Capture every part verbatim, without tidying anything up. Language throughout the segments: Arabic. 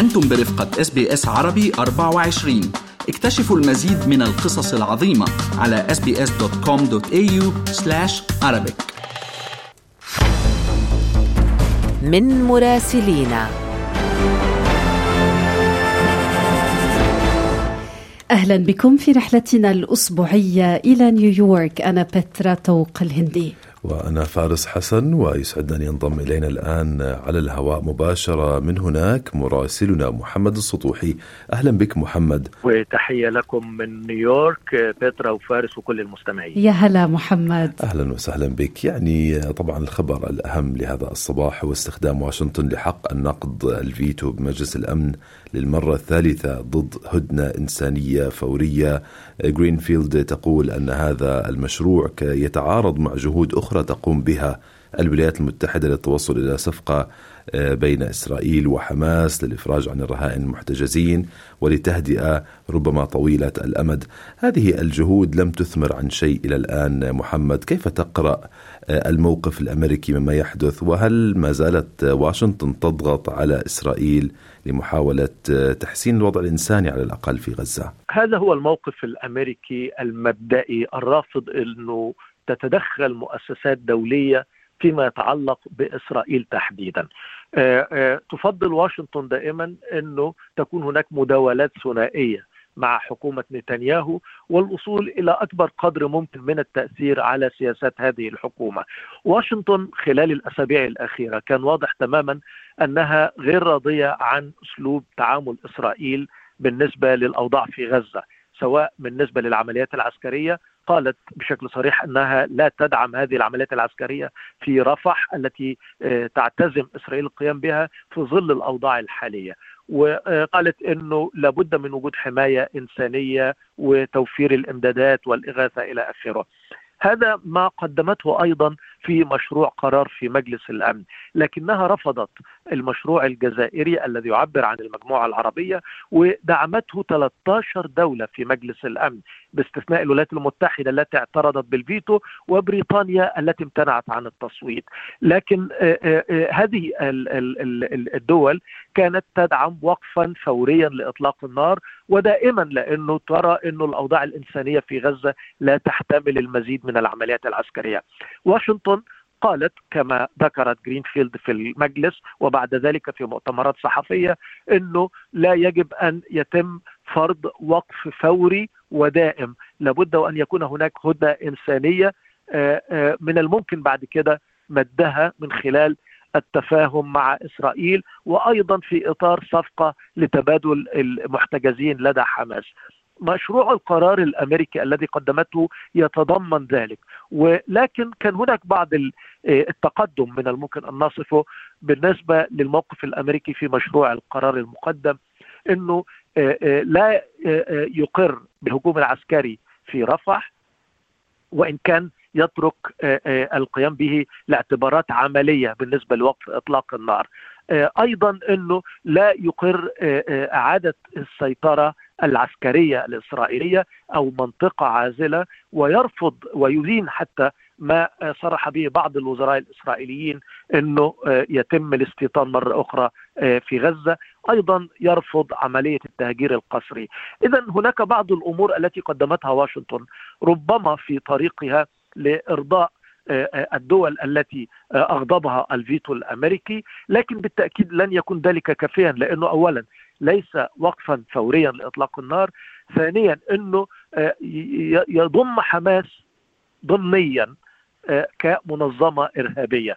أنتم برفقة إس بي إس عربي أربعة وعشرين. اكتشفوا المزيد من القصص العظيمة على إس بي إس دوت كوم دوت إيه يو سلاش عربيك. من مراسلينا. أهلا بكم في رحلتنا الأسبوعية إلى نيويورك. أنا بترا طوق الهندي وأنا فارس حسن، ويسعدنا أن ينضم إلينا الآن على الهواء مباشرة من هناك مراسلنا محمد السطوحي. أهلا بك محمد، وتحية لكم من نيويورك بترا وفارس وكل المستمعين. يا هلا محمد، أهلا وسهلا بك. يعني طبعا الخبر الأهم لهذا الصباح هو استخدام واشنطن لحق النقض الفيتو بمجلس الأمن للمرة الثالثة ضد هدنة إنسانية فورية. غرينفيلد تقول أن هذا المشروع يتعارض مع جهود أخرى تقوم بها الولايات المتحدة للتوصل إلى صفقة بين إسرائيل وحماس للإفراج عن الرهائن المحتجزين ولتهدئة ربما طويلة الأمد. هذه الجهود لم تثمر عن شيء إلى الآن. محمد، كيف تقرأ الموقف الأمريكي مما يحدث، وهل ما زالت واشنطن تضغط على إسرائيل لمحاولة تحسين الوضع الإنساني على الأقل في غزة؟ هذا هو الموقف الأمريكي المبدئي الرافض أنه تتدخل مؤسسات دولية فيما يتعلق بإسرائيل تحديدا. آآ آآ تفضل واشنطن دائما أنه تكون هناك مداولات ثنائية مع حكومة نتنياهو والوصول إلى أكبر قدر ممكن من التأثير على سياسات هذه الحكومة. واشنطن خلال الأسابيع الأخيرة كان واضح تماما أنها غير راضية عن أسلوب تعامل إسرائيل بالنسبة للأوضاع في غزة، سواء بالنسبة للعمليات العسكرية. قالت بشكل صريح أنها لا تدعم هذه العمليات العسكرية في رفح التي تعتزم إسرائيل القيام بها في ظل الأوضاع الحالية، وقالت أنه لابد من وجود حماية إنسانية وتوفير الإمدادات والإغاثة إلى آخره. هذا ما قدمته أيضا في مشروع قرار في مجلس الأمن، لكنها رفضت المشروع الجزائري الذي يعبر عن المجموعة العربية ودعمته ثلاثة عشر دولة في مجلس الأمن باستثناء الولايات المتحدة التي اعترضت بالفيتو وبريطانيا التي امتنعت عن التصويت. لكن هذه الدول كانت تدعم وقفا فوريا لإطلاق النار، ودائما لأنه ترى أنه الأوضاع الإنسانية في غزة لا تحتمل المزيد من العمليات العسكرية. واشنطن قالت كما ذكرت غرينفيلد في المجلس وبعد ذلك في مؤتمرات صحفية أنه لا يجب أن يتم فرض وقف فوري ودائم، لابد وأن يكون هناك هدنة إنسانية من الممكن بعد كده مدها من خلال التفاهم مع إسرائيل، وأيضا في إطار صفقة لتبادل المحتجزين لدى حماس. مشروع القرار الأمريكي الذي قدمته يتضمن ذلك، ولكن كان هناك بعض التقدم من الممكن أن نصفه بالنسبة للموقف الأمريكي في مشروع القرار المقدم، أنه لا يقر بالهجوم العسكري في رفح، وإن كان يترك القيام به لاعتبارات عملية بالنسبة لوقف إطلاق النار. أيضا أنه لا يقر إعادة السيطرة العسكرية الإسرائيلية أو منطقة عازلة، ويرفض ويدين حتى ما صرح به بعض الوزراء الإسرائيليين أنه يتم الاستيطان مرة أخرى في غزة. أيضا يرفض عملية التهجير القسري. إذن هناك بعض الأمور التي قدمتها واشنطن ربما في طريقها لإرضاء الدول التي أغضبها الفيتو الأمريكي، لكن بالتأكيد لن يكون ذلك كافيا، لأنه أولا ليس وقفا فوريا لإطلاق النار، ثانيا أنه يضم حماس ضمنيا كمنظمة إرهابية،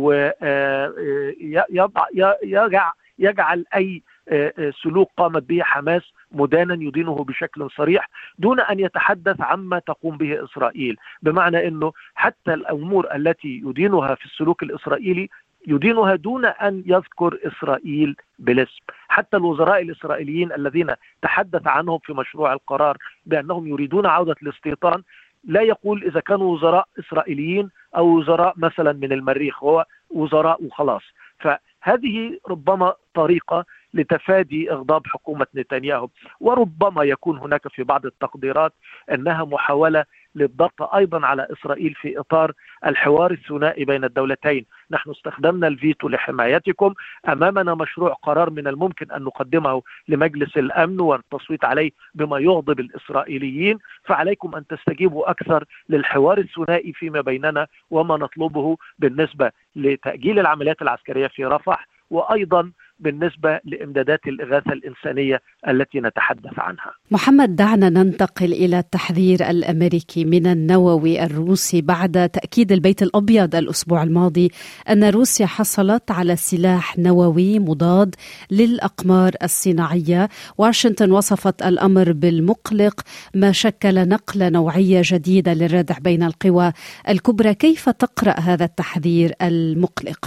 ويجعل أي سلوك قامت به حماس مدانا يدينه بشكل صريح دون أن يتحدث عما تقوم به إسرائيل. بمعنى أنه حتى الأمور التي يدينها في السلوك الإسرائيلي يدينها دون أن يذكر إسرائيل بالاسم. حتى الوزراء الإسرائيليين الذين تحدث عنهم في مشروع القرار بأنهم يريدون عودة الاستيطان لا يقول إذا كانوا وزراء إسرائيليين أو وزراء مثلا من المريخ، هو وزراء وخلاص. فهذه ربما طريقة لتفادي إغضاب حكومة نتنياهو، وربما يكون هناك في بعض التقديرات أنها محاولة للضغط أيضا على إسرائيل في إطار الحوار الثنائي بين الدولتين. نحن استخدمنا الفيتو لحمايتكم، أمامنا مشروع قرار من الممكن أن نقدمه لمجلس الأمن والتصويت عليه بما يغضب الإسرائيليين، فعليكم أن تستجيبوا أكثر للحوار الثنائي فيما بيننا وما نطلبه بالنسبة لتأجيل العمليات العسكرية في رفح، وأيضا بالنسبة لإمدادات الإغاثة الإنسانية التي نتحدث عنها. محمد، دعنا ننتقل إلى التحذير الأمريكي من النووي الروسي بعد تأكيد البيت الأبيض الأسبوع الماضي أن روسيا حصلت على سلاح نووي مضاد للأقمار الصناعية. واشنطن وصفت الأمر بالمقلق، ما شكل نقلة نوعية جديدة للردع بين القوى الكبرى. كيف تقرأ هذا التحذير المقلق؟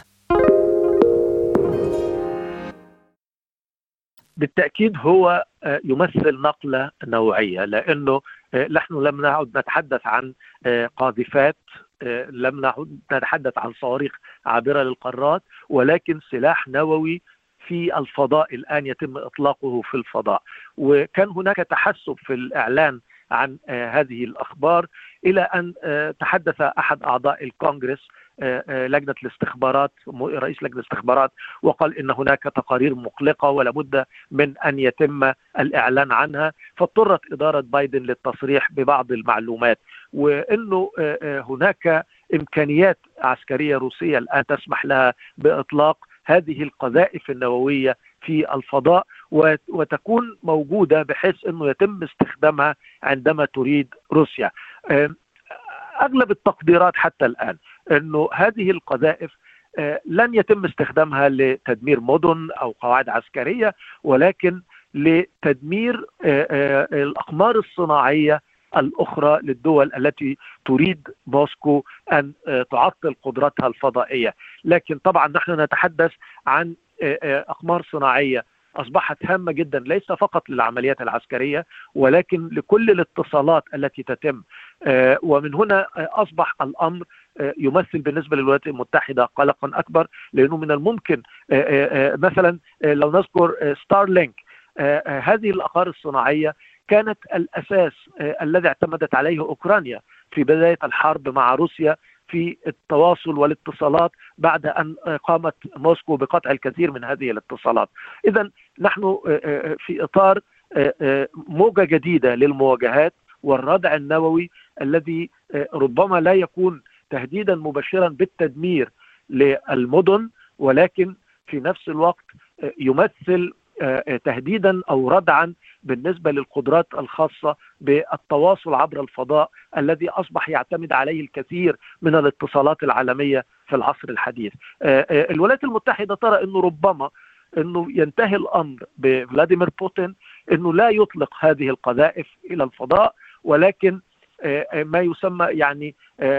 بالتأكيد هو يمثل نقلة نوعية، لأنه نحن لم نعد نتحدث عن قاذفات، لم نعد نتحدث عن صواريخ عابرة للقارات، ولكن سلاح نووي في الفضاء الآن يتم إطلاقه في الفضاء. وكان هناك تحسب في الإعلان عن هذه الأخبار إلى أن تحدث أحد أعضاء الكونغرس لجنة الاستخبارات، رئيس لجنة الاستخبارات، وقال إن هناك تقارير مقلقة ولا بد من أن يتم الإعلان عنها، فاضطرت إدارة بايدن للتصريح ببعض المعلومات، وإنه هناك إمكانيات عسكرية روسية الآن تسمح لها بإطلاق هذه القذائف النووية في الفضاء، وتكون موجودة بحيث أنه يتم استخدامها عندما تريد روسيا. أغلب التقديرات حتى الآن أنه هذه القذائف لن يتم استخدامها لتدمير مدن أو قواعد عسكرية، ولكن لتدمير الأقمار الصناعية الأخرى للدول التي تريد موسكو أن تعطل قدرتها الفضائية. لكن طبعا نحن نتحدث عن أقمار صناعية أصبحت هامة جدا، ليس فقط للعمليات العسكرية ولكن لكل الاتصالات التي تتم. ومن هنا أصبح الأمر يمثل بالنسبة للولايات المتحدة قلقا أكبر، لأنه من الممكن مثلا لو نذكر ستارلينك، هذه الأقمار الصناعية كانت الأساس الذي اعتمدت عليه أوكرانيا في بداية الحرب مع روسيا في التواصل والاتصالات بعد أن قامت موسكو بقطع الكثير من هذه الاتصالات. إذن نحن في إطار موجة جديدة للمواجهات والردع النووي الذي ربما لا يكون تهديدا مباشرا بالتدمير للمدن، ولكن في نفس الوقت يمثل تهديدا أو ردعا بالنسبة للقدرات الخاصة بالتواصل عبر الفضاء الذي أصبح يعتمد عليه الكثير من الاتصالات العالمية في العصر الحديث. الولايات المتحدة ترى أنه ربما أنه ينتهي الأمر بفلاديمير بوتين أنه لا يطلق هذه القذائف إلى الفضاء، ولكن ما يسمى يعني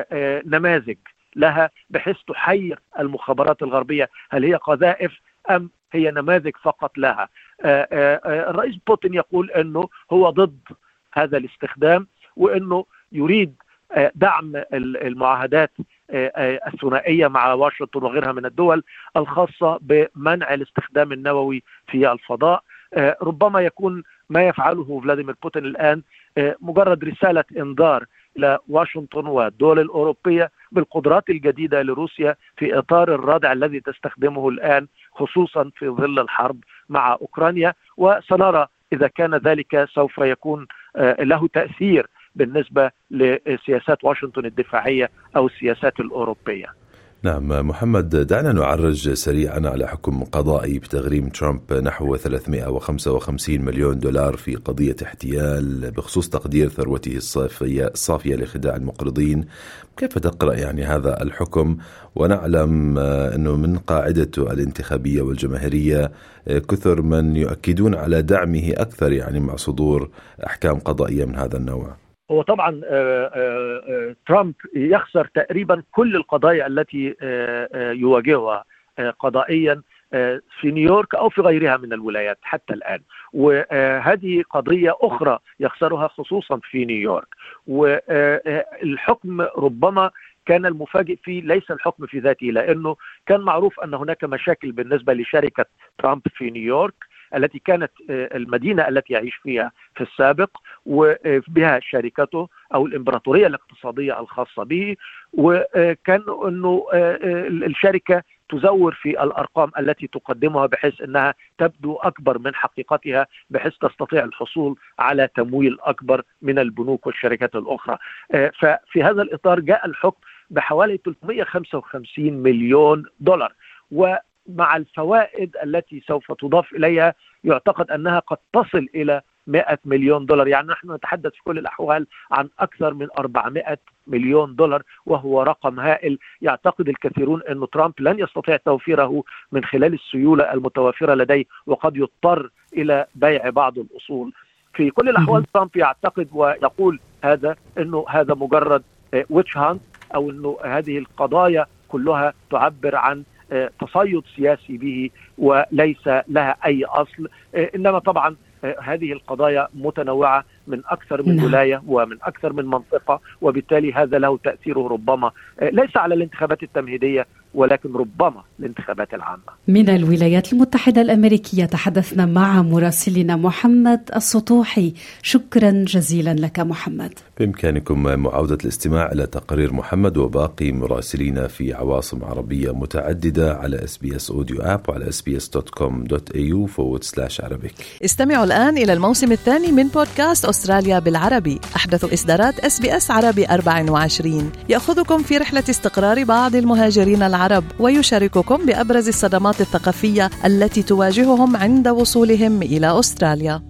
نماذج لها بحيث تحير المخابرات الغربية هل هي قذائف أم هي نماذج فقط لها. الرئيس بوتين يقول أنه هو ضد هذا الاستخدام، وأنه يريد دعم المعاهدات الثنائية مع واشنطن وغيرها من الدول الخاصة بمنع الاستخدام النووي في الفضاء. ربما يكون ما يفعله فلاديمير بوتين الآن مجرد رسالة إنذار إلى واشنطن والدول الأوروبية بالقدرات الجديدة لروسيا في إطار الردع الذي تستخدمه الآن، خصوصا في ظل الحرب مع أوكرانيا. وسنرى إذا كان ذلك سوف يكون له تأثير بالنسبة لسياسات واشنطن الدفاعية أو السياسات الأوروبية. نعم محمد، دعنا نعرج سريعا على حكم قضائي بتغريم ترامب نحو ثلاثمائة وخمسة وخمسين مليون دولار في قضية احتيال بخصوص تقدير ثروته الصافية, الصافية لخداع المقرضين. كيف تقرأ يعني هذا الحكم؟ ونعلم أنه من قاعدته الانتخابية والجماهيرية كثر من يؤكدون على دعمه أكثر يعني مع صدور أحكام قضائية من هذا النوع. هو طبعا ترامب يخسر تقريبا كل القضايا التي يواجهها قضائيا في نيويورك أو في غيرها من الولايات حتى الآن، وهذه قضية أخرى يخسرها خصوصا في نيويورك. والحكم ربما كان المفاجئ فيه ليس الحكم في ذاته، لأنه كان معروف أن هناك مشاكل بالنسبة لشركة ترامب في نيويورك التي كانت المدينة التي يعيش فيها في السابق وبها شركته أو الإمبراطورية الاقتصادية الخاصة به، وكان أنه الشركة تزور في الأرقام التي تقدمها بحيث أنها تبدو أكبر من حقيقتها، بحيث تستطيع الحصول على تمويل أكبر من البنوك والشركات الأخرى. ففي هذا الإطار جاء الحكم بحوالي ثلاثمائة وخمسة وخمسين مليون دولار، ومع الفوائد التي سوف تضاف إليها يعتقد أنها قد تصل إلى مئة مليون دولار. يعني نحن نتحدث في كل الأحوال عن أكثر من أربعمائة مليون دولار، وهو رقم هائل. يعتقد الكثيرون أن ترامب لن يستطيع توفيره من خلال السيولة المتوفرة لديه، وقد يضطر إلى بيع بعض الأصول. في كل الأحوال ترامب يعتقد ويقول هذا أنه هذا مجرد ويتش هانت، أو أنه هذه القضايا كلها تعبر عن تصيد سياسي به وليس لها أي أصل. إنما طبعا هذه القضايا متنوعة من أكثر من ولاية ومن أكثر من منطقة، وبالتالي هذا له تأثيره ربما ليس على الانتخابات التمهيدية ولكن ربما الانتخابات العامة. من الولايات المتحدة الأمريكية تحدثنا مع مراسلنا محمد السطوحي. شكرا جزيلا لك محمد. بإمكانكم معاودة الاستماع إلى تقارير محمد وباقي مراسلينا في عواصم عربية متعددة على إس بي إس Audio App وعلى إس بي إس دوت كوم دوت إيه يو forward slash Arabic. استمعوا الآن إلى الموسم الثاني من بودكاست أستراليا بالعربي، أحدث إصدارات إس بي إس عربي أربعة وعشرين، يأخذكم في رحلة استقرار بعض المهاجرين العرب ويشارككم بأبرز الصدمات الثقافية التي تواجههم عند وصولهم إلى أستراليا.